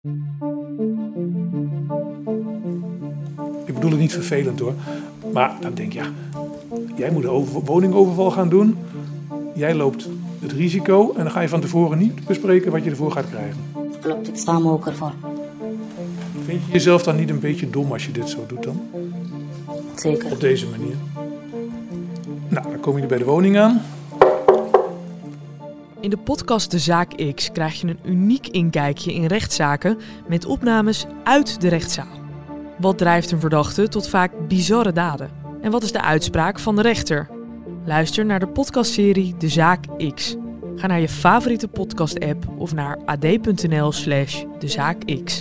Ik bedoel het niet vervelend hoor. Maar dan denk je, ja, jij moet een woningoverval gaan doen. Jij loopt het risico en dan ga je van tevoren niet bespreken wat je ervoor gaat krijgen. Klopt, ik sta me ook ervoor. Vind je jezelf dan niet een beetje dom als je dit zo doet dan? Zeker. Op deze manier. Nou, dan kom je er bij de woning aan. In de podcast De Zaak X krijg je een uniek inkijkje in rechtszaken met opnames uit de rechtszaal. Wat drijft een verdachte tot vaak bizarre daden? En wat is de uitspraak van de rechter? Luister naar de podcastserie De Zaak X. Ga naar je favoriete podcast-app of naar ad.nl/dezaakx.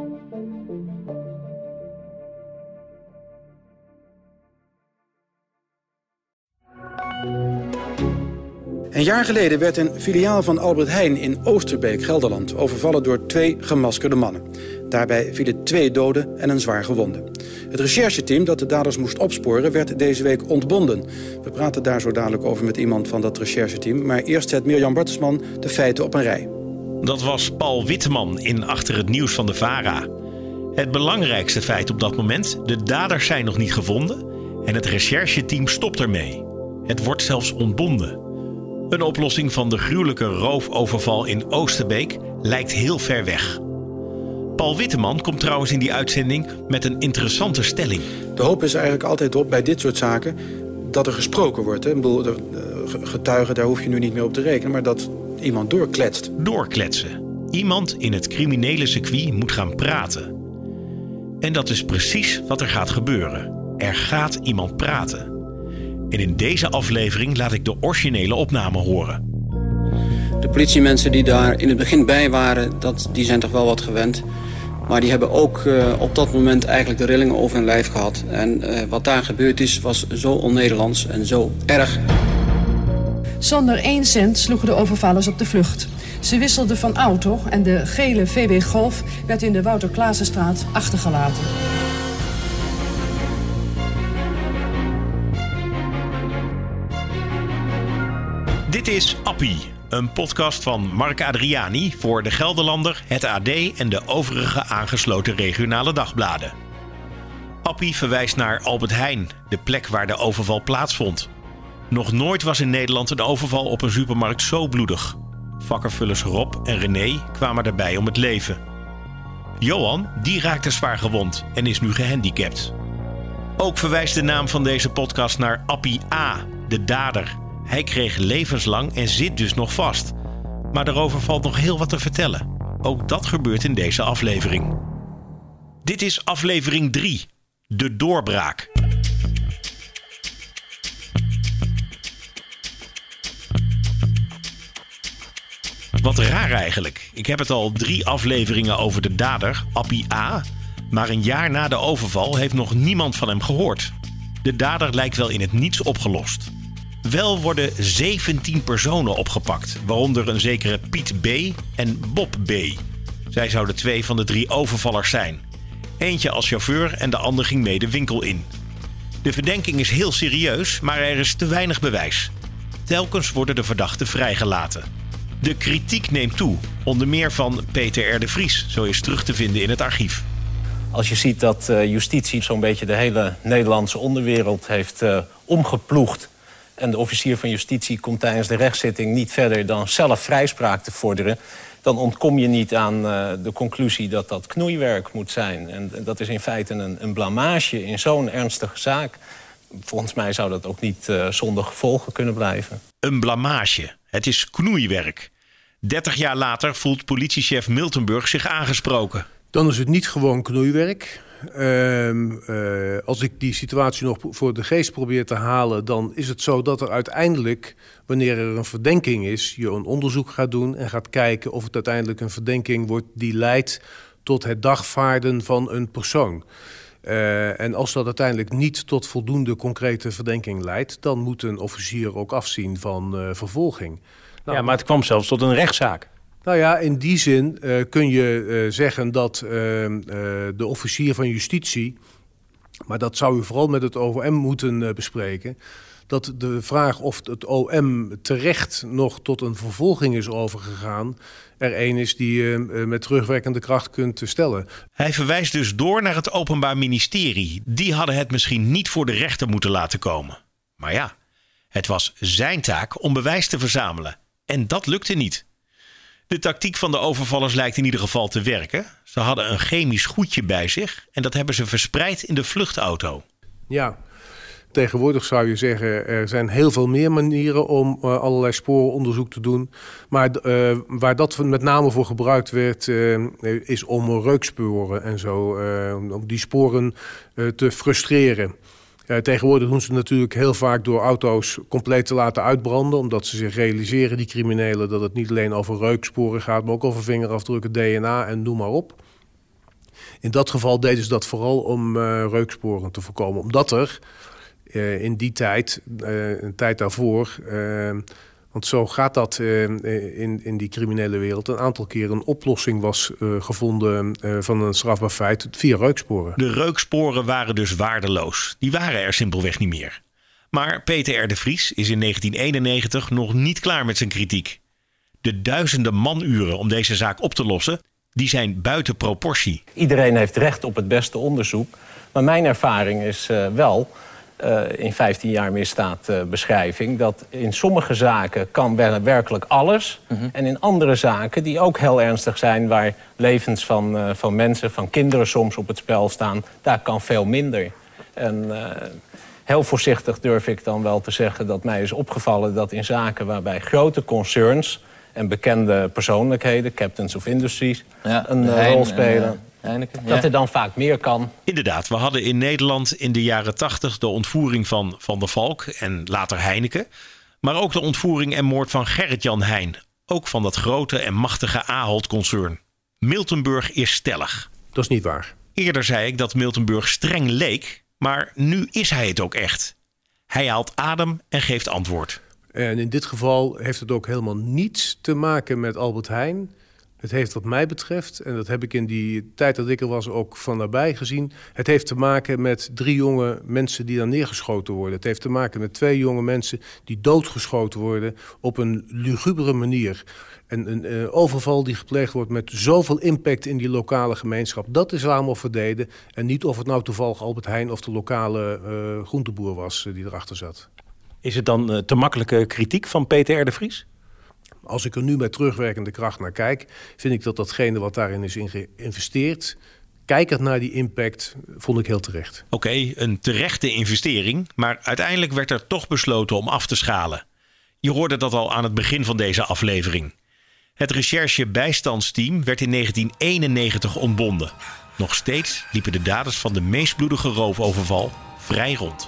Een jaar geleden werd een filiaal van Albert Heijn in Oosterbeek, Gelderland, overvallen door 2 gemaskerde mannen. Daarbij vielen 2 doden en een zwaar gewonde. Het rechercheteam dat de daders moest opsporen werd deze week ontbonden. We praten daar zo dadelijk over met iemand van dat rechercheteam. Maar eerst zet Mirjam Bartelsman de feiten op een rij. Dat was Paul Witteman in Achter het Nieuws van de VARA. Het belangrijkste feit op dat moment: de daders zijn nog niet gevonden en het rechercheteam stopt ermee. Het wordt zelfs ontbonden. Een oplossing van de gruwelijke roofoverval in Oosterbeek lijkt heel ver weg. Paul Witteman komt trouwens in die uitzending met een interessante stelling. De hoop is eigenlijk altijd op bij dit soort zaken dat er gesproken wordt. Hè. Ik bedoel, getuigen, daar hoef je nu niet meer op te rekenen, maar dat iemand doorkletst. Doorkletsen. Iemand in het criminele circuit moet gaan praten. En dat is precies wat er gaat gebeuren. Er gaat iemand praten. En in deze aflevering laat ik de originele opname horen. De politiemensen die daar in het begin bij waren, die zijn toch wel wat gewend. Maar die hebben ook op dat moment eigenlijk de rillingen over hun lijf gehad. En wat daar gebeurd is, was zo on-Nederlands en zo erg. Zonder 1 cent sloegen de overvallers op de vlucht. Ze wisselden van auto en de gele VW Golf werd in de Wouter Klaasenstraat achtergelaten. Dit is Appie, een podcast van Mark Adriani voor De Gelderlander, het AD en de overige aangesloten regionale dagbladen. Appie verwijst naar Albert Heijn, de plek waar de overval plaatsvond. Nog nooit was in Nederland een overval op een supermarkt zo bloedig. Vakkenvullers Rob en René kwamen daarbij om het leven. Johan, die raakte zwaar gewond en is nu gehandicapt. Ook verwijst de naam van deze podcast naar Appie A, de dader. Hij kreeg levenslang en zit dus nog vast. Maar daarover valt nog heel wat te vertellen. Ook dat gebeurt in deze aflevering. Dit is aflevering 3. De doorbraak. Wat raar eigenlijk. Ik heb het al 3 afleveringen over de dader, Appie A. Maar een jaar na de overval heeft nog niemand van hem gehoord. De dader lijkt wel in het niets opgelost. Wel worden 17 personen opgepakt, waaronder een zekere Piet B. en Bob B. Zij zouden 2 van de 3 overvallers zijn. Eentje als chauffeur en de ander ging mee de winkel in. De verdenking is heel serieus, maar er is te weinig bewijs. Telkens worden de verdachten vrijgelaten. De kritiek neemt toe, onder meer van Peter R. de Vries, zo is terug te vinden in het archief. Als je ziet dat justitie zo'n beetje de hele Nederlandse onderwereld heeft omgeploegd en de officier van justitie komt tijdens de rechtszitting niet verder dan zelf vrijspraak te vorderen, dan ontkom je niet aan de conclusie dat dat knoeiwerk moet zijn. En dat is in feite een blamage in zo'n ernstige zaak. Volgens mij zou dat ook niet zonder gevolgen kunnen blijven. Een blamage. Het is knoeiwerk. 30 jaar later voelt politiechef Miltenburg zich aangesproken. Dan is het niet gewoon knoeiwerk. Als ik die situatie nog voor de geest probeer te halen, dan is het zo dat er uiteindelijk, wanneer er een verdenking is, je een onderzoek gaat doen en gaat kijken of het uiteindelijk een verdenking wordt die leidt tot het dagvaarden van een persoon. En als dat uiteindelijk niet tot voldoende concrete verdenking leidt, dan moet een officier ook afzien van vervolging. Nou, ja, maar het kwam zelfs tot een rechtszaak. Nou ja, in die zin kun je zeggen dat de officier van justitie, maar dat zou u vooral met het OM moeten bespreken, dat de vraag of het OM terecht nog tot een vervolging is overgegaan er één is die je met terugwerkende kracht kunt stellen. Hij verwijst dus door naar het Openbaar Ministerie. Die hadden het misschien niet voor de rechter moeten laten komen. Maar ja, het was zijn taak om bewijs te verzamelen. En dat lukte niet. De tactiek van de overvallers lijkt in ieder geval te werken. Ze hadden een chemisch goedje bij zich en dat hebben ze verspreid in de vluchtauto. Ja, tegenwoordig zou je zeggen, er zijn heel veel meer manieren om allerlei sporenonderzoek te doen. Maar waar dat met name voor gebruikt werd, is om reuksporen en zo, om die sporen te frustreren. Tegenwoordig doen ze natuurlijk heel vaak door auto's compleet te laten uitbranden, omdat ze zich realiseren, die criminelen, dat het niet alleen over reuksporen gaat, maar ook over vingerafdrukken, DNA en noem maar op. In dat geval deden ze dat vooral om reuksporen te voorkomen, omdat er in die tijd, een tijd daarvoor, want zo gaat dat in die criminele wereld, een aantal keer een oplossing was gevonden van een strafbaar feit via reuksporen. De reuksporen waren dus waardeloos. Die waren er simpelweg niet meer. Maar Peter R. de Vries is in 1991 nog niet klaar met zijn kritiek. De duizenden manuren om deze zaak op te lossen, die zijn buiten proportie. Iedereen heeft recht op het beste onderzoek. Maar mijn ervaring is wel, in 15 jaar misdaadbeschrijving, dat in sommige zaken kan werkelijk alles. En in andere zaken, die ook heel ernstig zijn, waar levens van mensen, van kinderen soms op het spel staan, daar kan veel minder. En heel voorzichtig durf ik dan wel te zeggen dat mij is opgevallen dat in zaken waarbij grote concerns en bekende persoonlijkheden, captains of industries, een rol spelen. Heineken, dat er dan vaak meer kan. Inderdaad, we hadden in Nederland in de jaren 80 de ontvoering van Van der Valk en later Heineken. Maar ook de ontvoering en moord van Gerrit-Jan Heijn. Ook van dat grote en machtige Ahold-concern. Miltenburg is stellig. Dat is niet waar. Eerder zei ik dat Miltenburg streng leek, maar nu is hij het ook echt. Hij haalt adem en geeft antwoord. En in dit geval heeft het ook helemaal niets te maken met Albert Heijn. Het heeft wat mij betreft, en dat heb ik in die tijd dat ik er was ook van nabij gezien, het heeft te maken met 3 jonge mensen die dan neergeschoten worden. Het heeft te maken met 2 jonge mensen die doodgeschoten worden op een lugubere manier. Een overval die gepleegd wordt met zoveel impact in die lokale gemeenschap. Dat is waarom we verdeden. En niet of het nou toevallig Albert Heijn of de lokale groenteboer was die erachter zat. Is het dan te makkelijke kritiek van Peter R. de Vries? Als ik er nu met terugwerkende kracht naar kijk, vind ik dat datgene wat daarin is geïnvesteerd, kijkend naar die impact, vond ik heel terecht. Oké, een terechte investering, maar uiteindelijk werd er toch besloten om af te schalen. Je hoorde dat al aan het begin van deze aflevering. Het recherche-bijstandsteam werd in 1991 ontbonden. Nog steeds liepen de daders van de meest bloedige roofoverval vrij rond.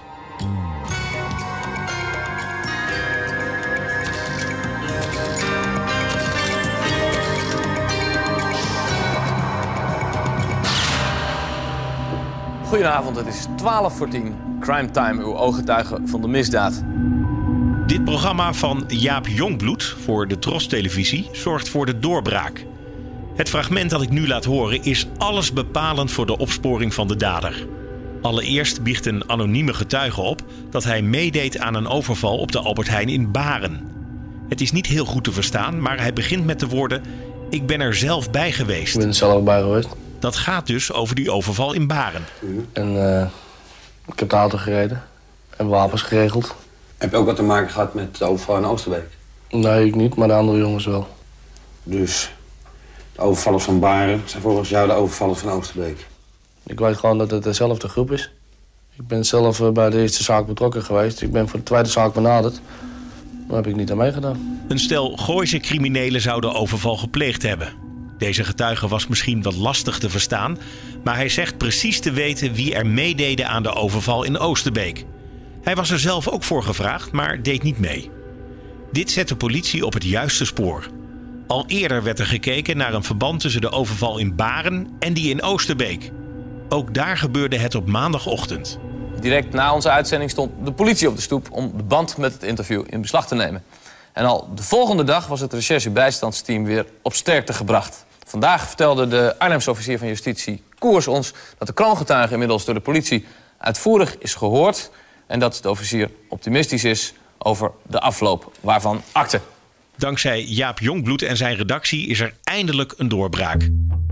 Goedenavond, het is 10:12. Crime Time, uw ooggetuige van de misdaad. Dit programma van Jaap Jongbloed voor de Tros Televisie zorgt voor de doorbraak. Het fragment dat ik nu laat horen is allesbepalend voor de opsporing van de dader. Allereerst biecht een anonieme getuige op dat hij meedeed aan een overval op de Albert Heijn in Baren. Het is niet heel goed te verstaan, maar hij begint met de woorden: ik ben er zelf bij geweest. Ik ben er zelf bij geweest. Dat gaat dus over die overval in Baren. En ik heb de auto gereden en wapens geregeld. Heb je ook wat te maken gehad met de overval in Oosterbeek? Nee, ik niet, maar de andere jongens wel. Dus de overvallers van Baren zijn volgens jou de overvallers van Oosterbeek? Ik weet gewoon dat het dezelfde groep is. Ik ben zelf bij de eerste zaak betrokken geweest. Ik ben voor de tweede zaak benaderd. Daar heb ik niet aan meegedaan. Een stel Gooise criminelen zou de overval gepleegd hebben. Deze getuige was misschien wat lastig te verstaan, maar hij zegt precies te weten wie er meededen aan de overval in Oosterbeek. Hij was er zelf ook voor gevraagd, maar deed niet mee. Dit zet de politie op het juiste spoor. Al eerder werd er gekeken naar een verband tussen de overval in Baren en die in Oosterbeek. Ook daar gebeurde het op maandagochtend. Direct na onze uitzending stond de politie op de stoep om de band met het interview in beslag te nemen. En al de volgende dag was het recherche-bijstandsteam weer op sterkte gebracht. Vandaag vertelde de Arnhemse officier van justitie Koers ons dat de kroongetuige inmiddels door de politie uitvoerig is gehoord. en dat de officier optimistisch is over de afloop waarvan akte. Dankzij Jaap Jongbloed en zijn redactie is er eindelijk een doorbraak.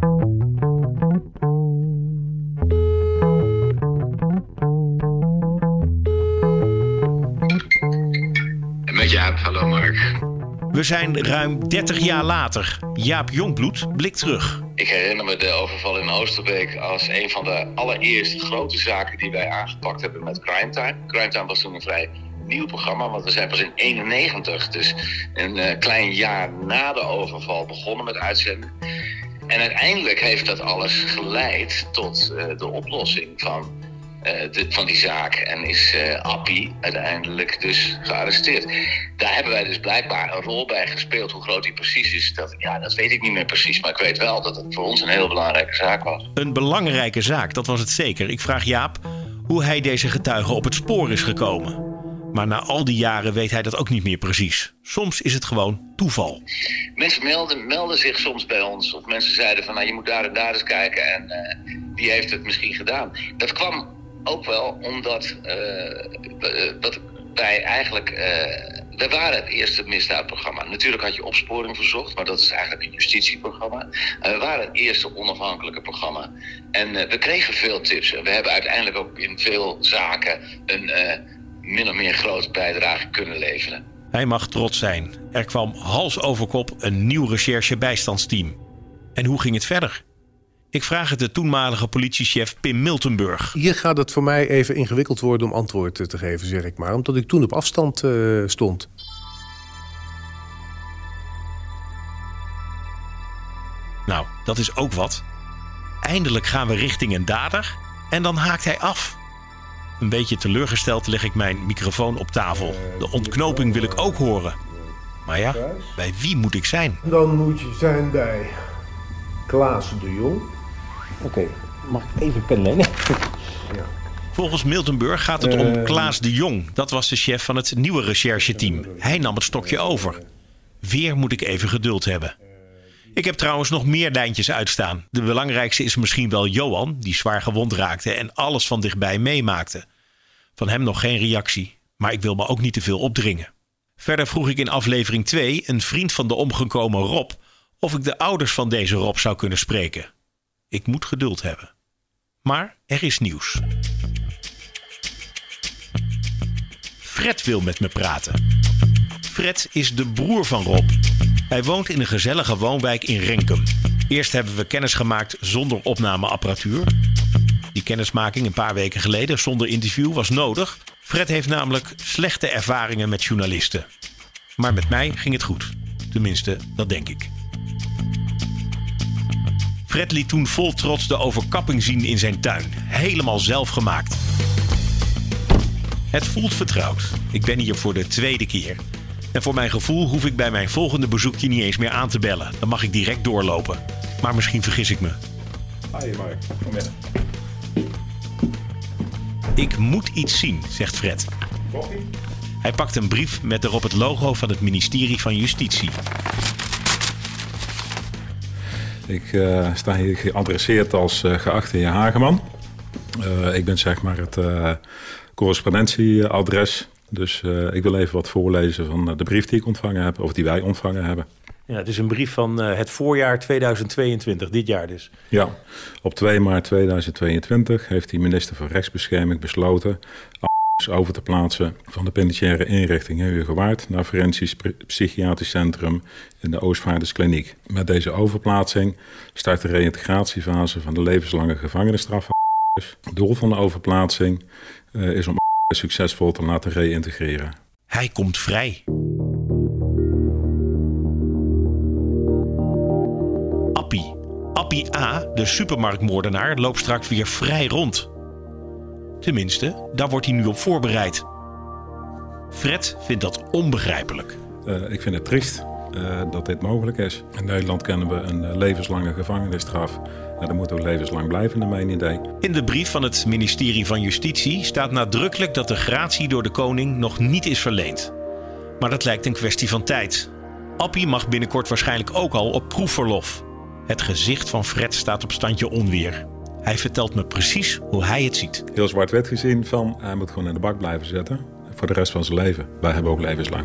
Met Jaap, hallo Mark. We zijn ruim 30 jaar later. Jaap Jongbloed blikt terug. Ik herinner me de overval in Oosterbeek als een van de allereerste grote zaken die wij aangepakt hebben met Crime Time. Crime Time was toen een vrij nieuw programma, want we zijn pas in 1991, dus een klein jaar na de overval begonnen met uitzenden. En uiteindelijk heeft dat alles geleid tot de oplossing van die zaak. En is Appie uiteindelijk dus gearresteerd. Daar hebben wij dus blijkbaar een rol bij gespeeld. Hoe groot die precies is, dat weet ik niet meer precies. Maar ik weet wel dat het voor ons een heel belangrijke zaak was. Een belangrijke zaak, dat was het zeker. Ik vraag Jaap hoe hij deze getuige op het spoor is gekomen. Maar na al die jaren weet hij dat ook niet meer precies. Soms is het gewoon toeval. Mensen melden zich soms bij ons. Of mensen zeiden van, je moet daar en daar eens kijken. En die heeft het misschien gedaan. Dat kwam ook wel omdat wij eigenlijk... we waren het eerste misdaadprogramma. Natuurlijk had je Opsporing Verzocht, maar dat is eigenlijk een justitieprogramma. We waren het eerste onafhankelijke programma. En we kregen veel tips. En we hebben uiteindelijk ook in veel zaken een min of meer grote bijdrage kunnen leveren. Hij mag trots zijn. Er kwam hals over kop een nieuw recherche-bijstandsteam. En hoe ging het verder? Ik vraag het de toenmalige politiechef Pim Miltenburg. Hier gaat het voor mij even ingewikkeld worden om antwoord te geven, zeg ik maar. Omdat ik toen op afstand stond. Nou, dat is ook wat. Eindelijk gaan we richting een dader en dan haakt hij af. Een beetje teleurgesteld leg ik mijn microfoon op tafel. De ontknoping wil ik ook horen. Maar ja, bij wie moet ik zijn? Dan moet je zijn bij Klaas de Jong. Oké, mag ik even pen lenen? Ja. Volgens Miltenburg gaat het om Klaas de Jong. Dat was de chef van het nieuwe rechercheteam. Hij nam het stokje over. Weer moet ik even geduld hebben. Ik heb trouwens nog meer lijntjes uitstaan. De belangrijkste is misschien wel Johan, die zwaar gewond raakte en alles van dichtbij meemaakte. Van hem nog geen reactie, maar ik wil me ook niet te veel opdringen. Verder vroeg ik in aflevering 2 een vriend van de omgekomen Rob of ik de ouders van deze Rob zou kunnen spreken. Ik moet geduld hebben. Maar er is nieuws. Fred wil met me praten. Fred is de broer van Rob. Hij woont in een gezellige woonwijk in Renkum. Eerst hebben we kennis gemaakt zonder opnameapparatuur. Die kennismaking een paar weken geleden zonder interview was nodig. Fred heeft namelijk slechte ervaringen met journalisten. Maar met mij ging het goed. Tenminste, dat denk ik. Fred liet toen vol trots de overkapping zien in zijn tuin. Helemaal zelf gemaakt. Het voelt vertrouwd. Ik ben hier voor de tweede keer. En voor mijn gevoel hoef ik bij mijn volgende bezoekje niet eens meer aan te bellen. Dan mag ik direct doorlopen. Maar misschien vergis ik me. Hi Mark, kom binnen. Ik moet iets zien, zegt Fred. Koffie? Hij pakt een brief met erop het logo van het ministerie van Justitie. Ik sta hier geadresseerd als geachte heer Hageman. Ik ben zeg maar het correspondentieadres. Dus ik wil even wat voorlezen van de brief die ik ontvangen heb, of die wij ontvangen hebben. Ja, het is een brief van het voorjaar 2022, dit jaar dus. Ja, op 2 maart 2022 heeft de minister van Rechtsbescherming besloten over te plaatsen van de penitentiaire inrichting Heerhugowaard naar Forensisch Psychiatrisch Centrum in de Oostvaarderskliniek. Met deze overplaatsing start de reïntegratiefase van de levenslange gevangenisstraf. Het doel van de overplaatsing is om succesvol te laten reïntegreren. Hij komt vrij. Appie A, de supermarktmoordenaar, loopt straks weer vrij rond. Tenminste, daar wordt hij nu op voorbereid. Fred vindt dat onbegrijpelijk. Ik vind het triest dat dit mogelijk is. In Nederland kennen we een levenslange gevangenisstraf. En dat moet ook levenslang blijven, naar mijn idee. In de brief van het ministerie van Justitie staat nadrukkelijk dat de gratie door de koning nog niet is verleend. Maar dat lijkt een kwestie van tijd. Appie mag binnenkort waarschijnlijk ook al op proefverlof. Het gezicht van Fred staat op standje onweer. Hij vertelt me precies hoe hij het ziet. Heel zwart-wit gezien van hij moet gewoon in de bak blijven zitten. Voor de rest van zijn leven. Wij hebben ook levenslang.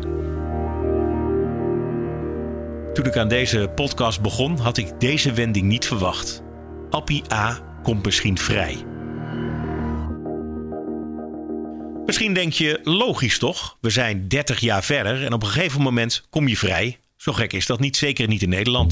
Toen ik aan deze podcast begon, had ik deze wending niet verwacht. Appie A. komt misschien vrij. Misschien denk je, logisch toch? We zijn 30 jaar verder en op een gegeven moment kom je vrij. Zo gek is dat niet, zeker niet in Nederland.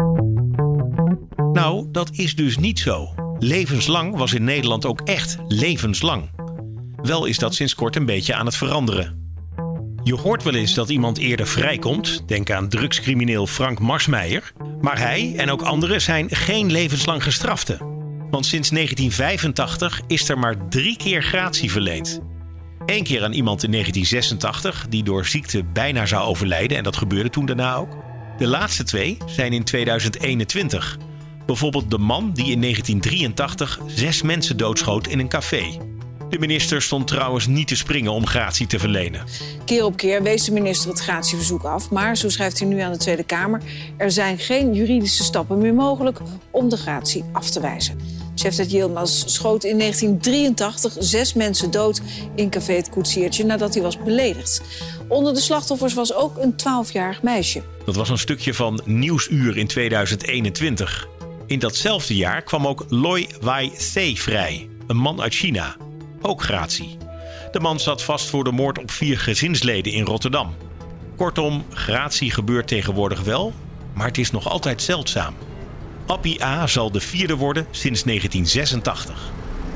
Nou, dat is dus niet zo. Levenslang was in Nederland ook echt levenslang. Wel is dat sinds kort een beetje aan het veranderen. Je hoort wel eens dat iemand eerder vrijkomt. Denk aan drugscrimineel Frank Marsmeijer. Maar hij en ook anderen zijn geen levenslang gestraften. Want sinds 1985 is er maar 3 keer gratie verleend. 1 keer aan iemand in 1986 die door ziekte bijna zou overlijden. En dat gebeurde toen daarna ook. De laatste 2 zijn in 2021. Bijvoorbeeld de man die in 1983 6 mensen doodschoot in een café. De minister stond trouwens niet te springen om gratie te verlenen. Keer op keer wees de minister het gratieverzoek af. Maar, zo schrijft hij nu aan de Tweede Kamer, er zijn geen juridische stappen meer mogelijk om de gratie af te wijzen. Cevdet Yilmaz schoot in 1983 6 mensen dood in café Het Koetsiertje nadat hij was beledigd. Onder de slachtoffers was ook een 12-jarig meisje. Dat was een stukje van Nieuwsuur in 2021. In datzelfde jaar kwam ook Loy Wai Tse vrij, een man uit China. Ook gratie. De man zat vast voor de moord op 4 gezinsleden in Rotterdam. Kortom, gratie gebeurt tegenwoordig wel, maar het is nog altijd zeldzaam. Appie A. zal de 4e worden sinds 1986.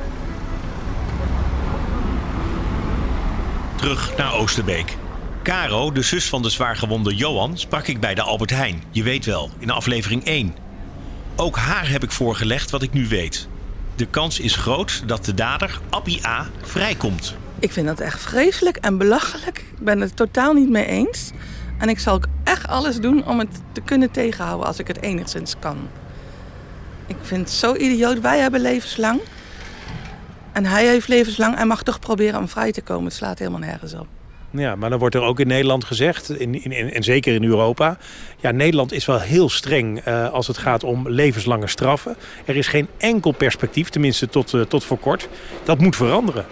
Terug naar Oosterbeek. Caro, de zus van de zwaargewonde Johan, sprak ik bij de Albert Heijn. Je weet wel, in aflevering 1. Ook haar heb ik voorgelegd wat ik nu weet. De kans is groot dat de dader, Appie A., vrijkomt. Ik vind dat echt vreselijk en belachelijk. Ik ben het totaal niet mee eens. En ik zal ook echt alles doen om het te kunnen tegenhouden als ik het enigszins kan. Ik vind het zo idioot. Wij hebben levenslang. En hij heeft levenslang en mag toch proberen om vrij te komen. Het slaat helemaal nergens op. Ja, maar dan wordt er ook in Nederland gezegd, en zeker in Europa... ja, Nederland is wel heel streng als het gaat om levenslange straffen. Er is geen enkel perspectief, tenminste tot voor kort. Dat moet veranderen.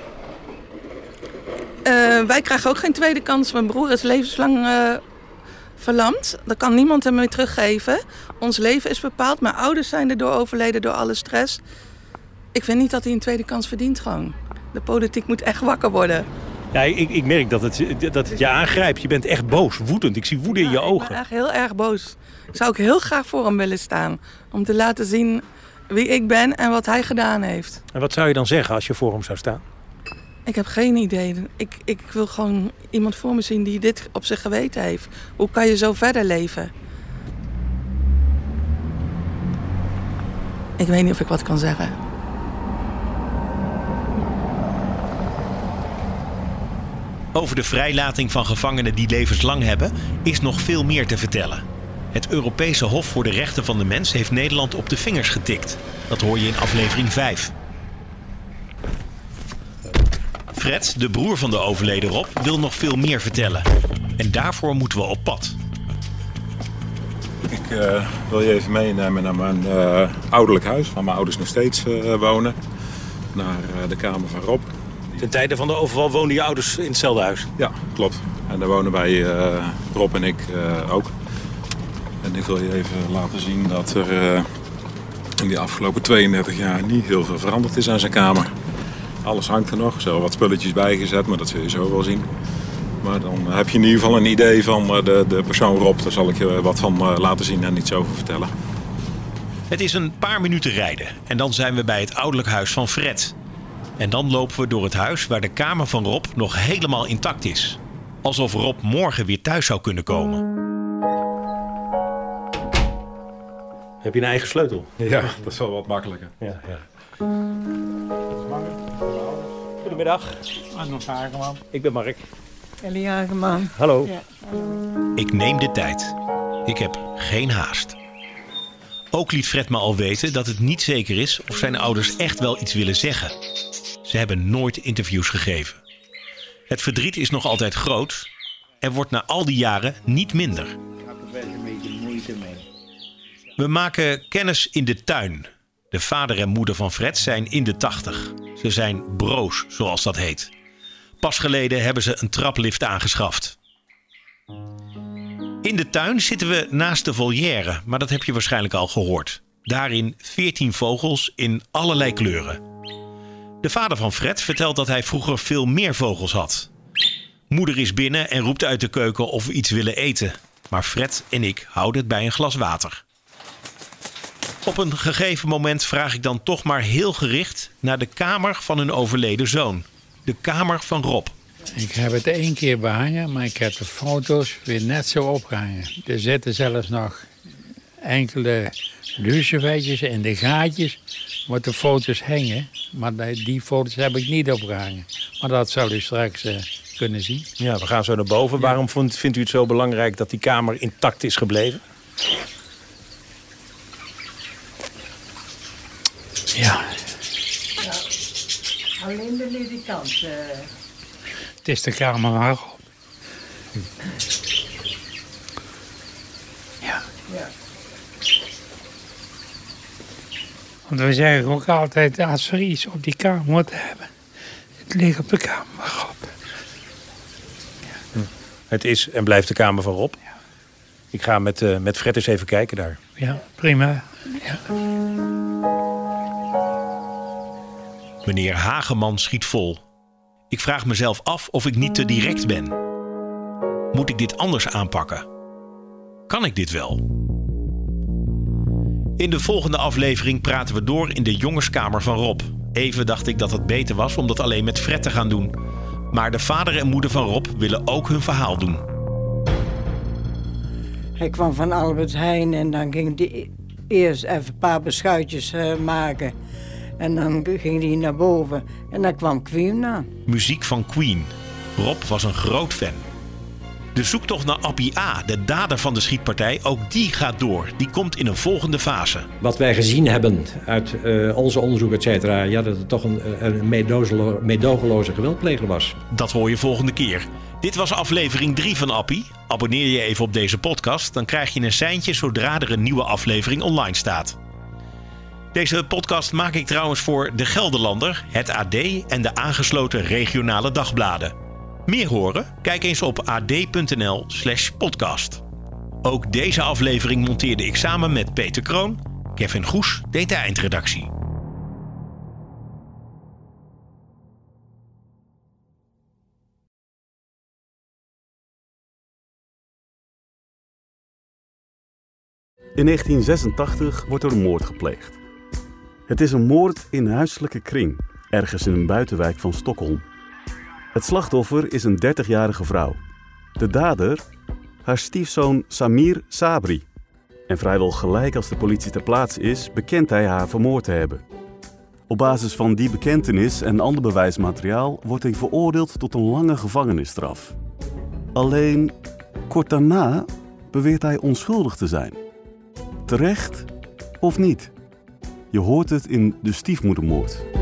Wij krijgen ook geen tweede kans. Mijn broer is levenslang verlamd. Dat kan niemand hem meer teruggeven. Ons leven is bepaald. Mijn ouders zijn erdoor overleden door alle stress. Ik vind niet dat hij een tweede kans verdient gewoon. De politiek moet echt wakker worden. Ja, ik merk dat het je aangrijpt. Je bent echt boos, woedend. Ik zie woede in je ogen. Ik ben echt heel erg boos. Ik zou ook heel graag voor hem willen staan. Om te laten zien wie ik ben en wat hij gedaan heeft. En wat zou je dan zeggen als je voor hem zou staan? Ik heb geen idee. Ik wil gewoon iemand voor me zien die dit op zijn geweten heeft. Hoe kan je zo verder leven? Ik weet niet of ik wat kan zeggen. Over de vrijlating van gevangenen die levenslang hebben, is nog veel meer te vertellen. Het Europese Hof voor de Rechten van de Mens heeft Nederland op de vingers getikt. Dat hoor je in aflevering 5. Fred, de broer van de overleden Rob, wil nog veel meer vertellen. En daarvoor moeten we op pad. Ik wil je even meenemen naar mijn ouderlijk huis, waar mijn ouders nog steeds wonen. Naar de kamer van Rob. Ten tijde van de overval woonden je ouders in hetzelfde huis? Ja, klopt. En daar wonen wij, Rob en ik, ook. En ik wil je even laten zien dat er in die afgelopen 32 jaar niet heel veel veranderd is aan zijn kamer. Alles hangt er nog. Er zijn wat spulletjes bijgezet, maar dat zul je zo wel zien. Maar dan heb je in ieder geval een idee van de persoon Rob. Daar zal ik je wat van laten zien en iets over vertellen. Het is een paar minuten rijden en dan zijn we bij het ouderlijk huis van Fred. En dan lopen we door het huis waar de kamer van Rob nog helemaal intact is. Alsof Rob morgen weer thuis zou kunnen komen. Heb je een eigen sleutel? Ja, dat is wel wat makkelijker. Ja. Goedemiddag. Arnold Hageman. Ik ben Mark. Ellie Hageman. Hallo. Ja. Ik neem de tijd. Ik heb geen haast. Ook liet Fred me al weten dat het niet zeker is of zijn ouders echt wel iets willen zeggen. Ze hebben nooit interviews gegeven. Het verdriet is nog altijd groot. Er wordt na al die jaren niet minder. Ik heb er best een beetje moeite mee. We maken kennis in de tuin. De vader en moeder van Fred zijn in de 80. Ze zijn broos, zoals dat heet. Pas geleden hebben ze een traplift aangeschaft. In de tuin zitten we naast de volière, maar dat heb je waarschijnlijk al gehoord. Daarin 14 vogels in allerlei kleuren. De vader van Fred vertelt dat hij vroeger veel meer vogels had. Moeder is binnen en roept uit de keuken of we iets willen eten. Maar Fred en ik houden het bij een glas water. Op een gegeven moment vraag ik dan toch maar heel gericht naar de kamer van hun overleden zoon. De kamer van Rob. Ik heb het 1 keer behangen, maar ik heb de foto's weer net zo opgehangen. Er zitten zelfs nog enkele lucifertjes in de gaatjes waar de foto's hangen. Maar die foto's heb ik niet opgehangen. Maar dat zal u straks kunnen zien. Ja, we gaan zo naar boven. Ja. Waarom vindt u het zo belangrijk dat die kamer intact is gebleven? Ja. Alleen de ledikant. Het is de kamer waarop. Ja. Want we zeggen ook altijd, als we iets op die kamer moeten hebben, het ligt op de kamer waarop. Ja. Het is en blijft de kamer van Rob. Ja. Ik ga met Fred eens even kijken daar. Ja, prima. Ja. Meneer Hageman schiet vol. Ik vraag mezelf af of ik niet te direct ben. Moet ik dit anders aanpakken? Kan ik dit wel? In de volgende aflevering praten we door in de jongenskamer van Rob. Even dacht ik dat het beter was om dat alleen met Fred te gaan doen. Maar de vader en moeder van Rob willen ook hun verhaal doen. Hij kwam van Albert Heijn en dan ging hij eerst even een paar beschuitjes maken. En dan ging hij naar boven en dan kwam Queen aan. Muziek van Queen. Rob was een groot fan. De zoektocht naar Appie A, de dader van de schietpartij, ook die gaat door. Die komt in een volgende fase. Wat wij gezien hebben uit onze onderzoek, et cetera, ja, dat het toch een meedogenloze geweldpleger was. Dat hoor je volgende keer. Dit was aflevering 3 van Appie. Abonneer je even op deze podcast, dan krijg je een seintje zodra er een nieuwe aflevering online staat. Deze podcast maak ik trouwens voor De Gelderlander, het AD en de aangesloten regionale dagbladen. Meer horen? Kijk eens op ad.nl/podcast. Ook deze aflevering monteerde ik samen met Peter Kroon. Kevin Goes deed de eindredactie. In 1986 wordt er een moord gepleegd. Het is een moord in huiselijke kring, ergens in een buitenwijk van Stockholm. Het slachtoffer is een 30-jarige vrouw. De dader, haar stiefzoon Samir Sabri. En vrijwel gelijk als de politie ter plaatse is, bekent hij haar vermoord te hebben. Op basis van die bekentenis en ander bewijsmateriaal wordt hij veroordeeld tot een lange gevangenisstraf. Alleen, kort daarna beweert hij onschuldig te zijn. Terecht of niet? Je hoort het in De Stiefmoedermoord.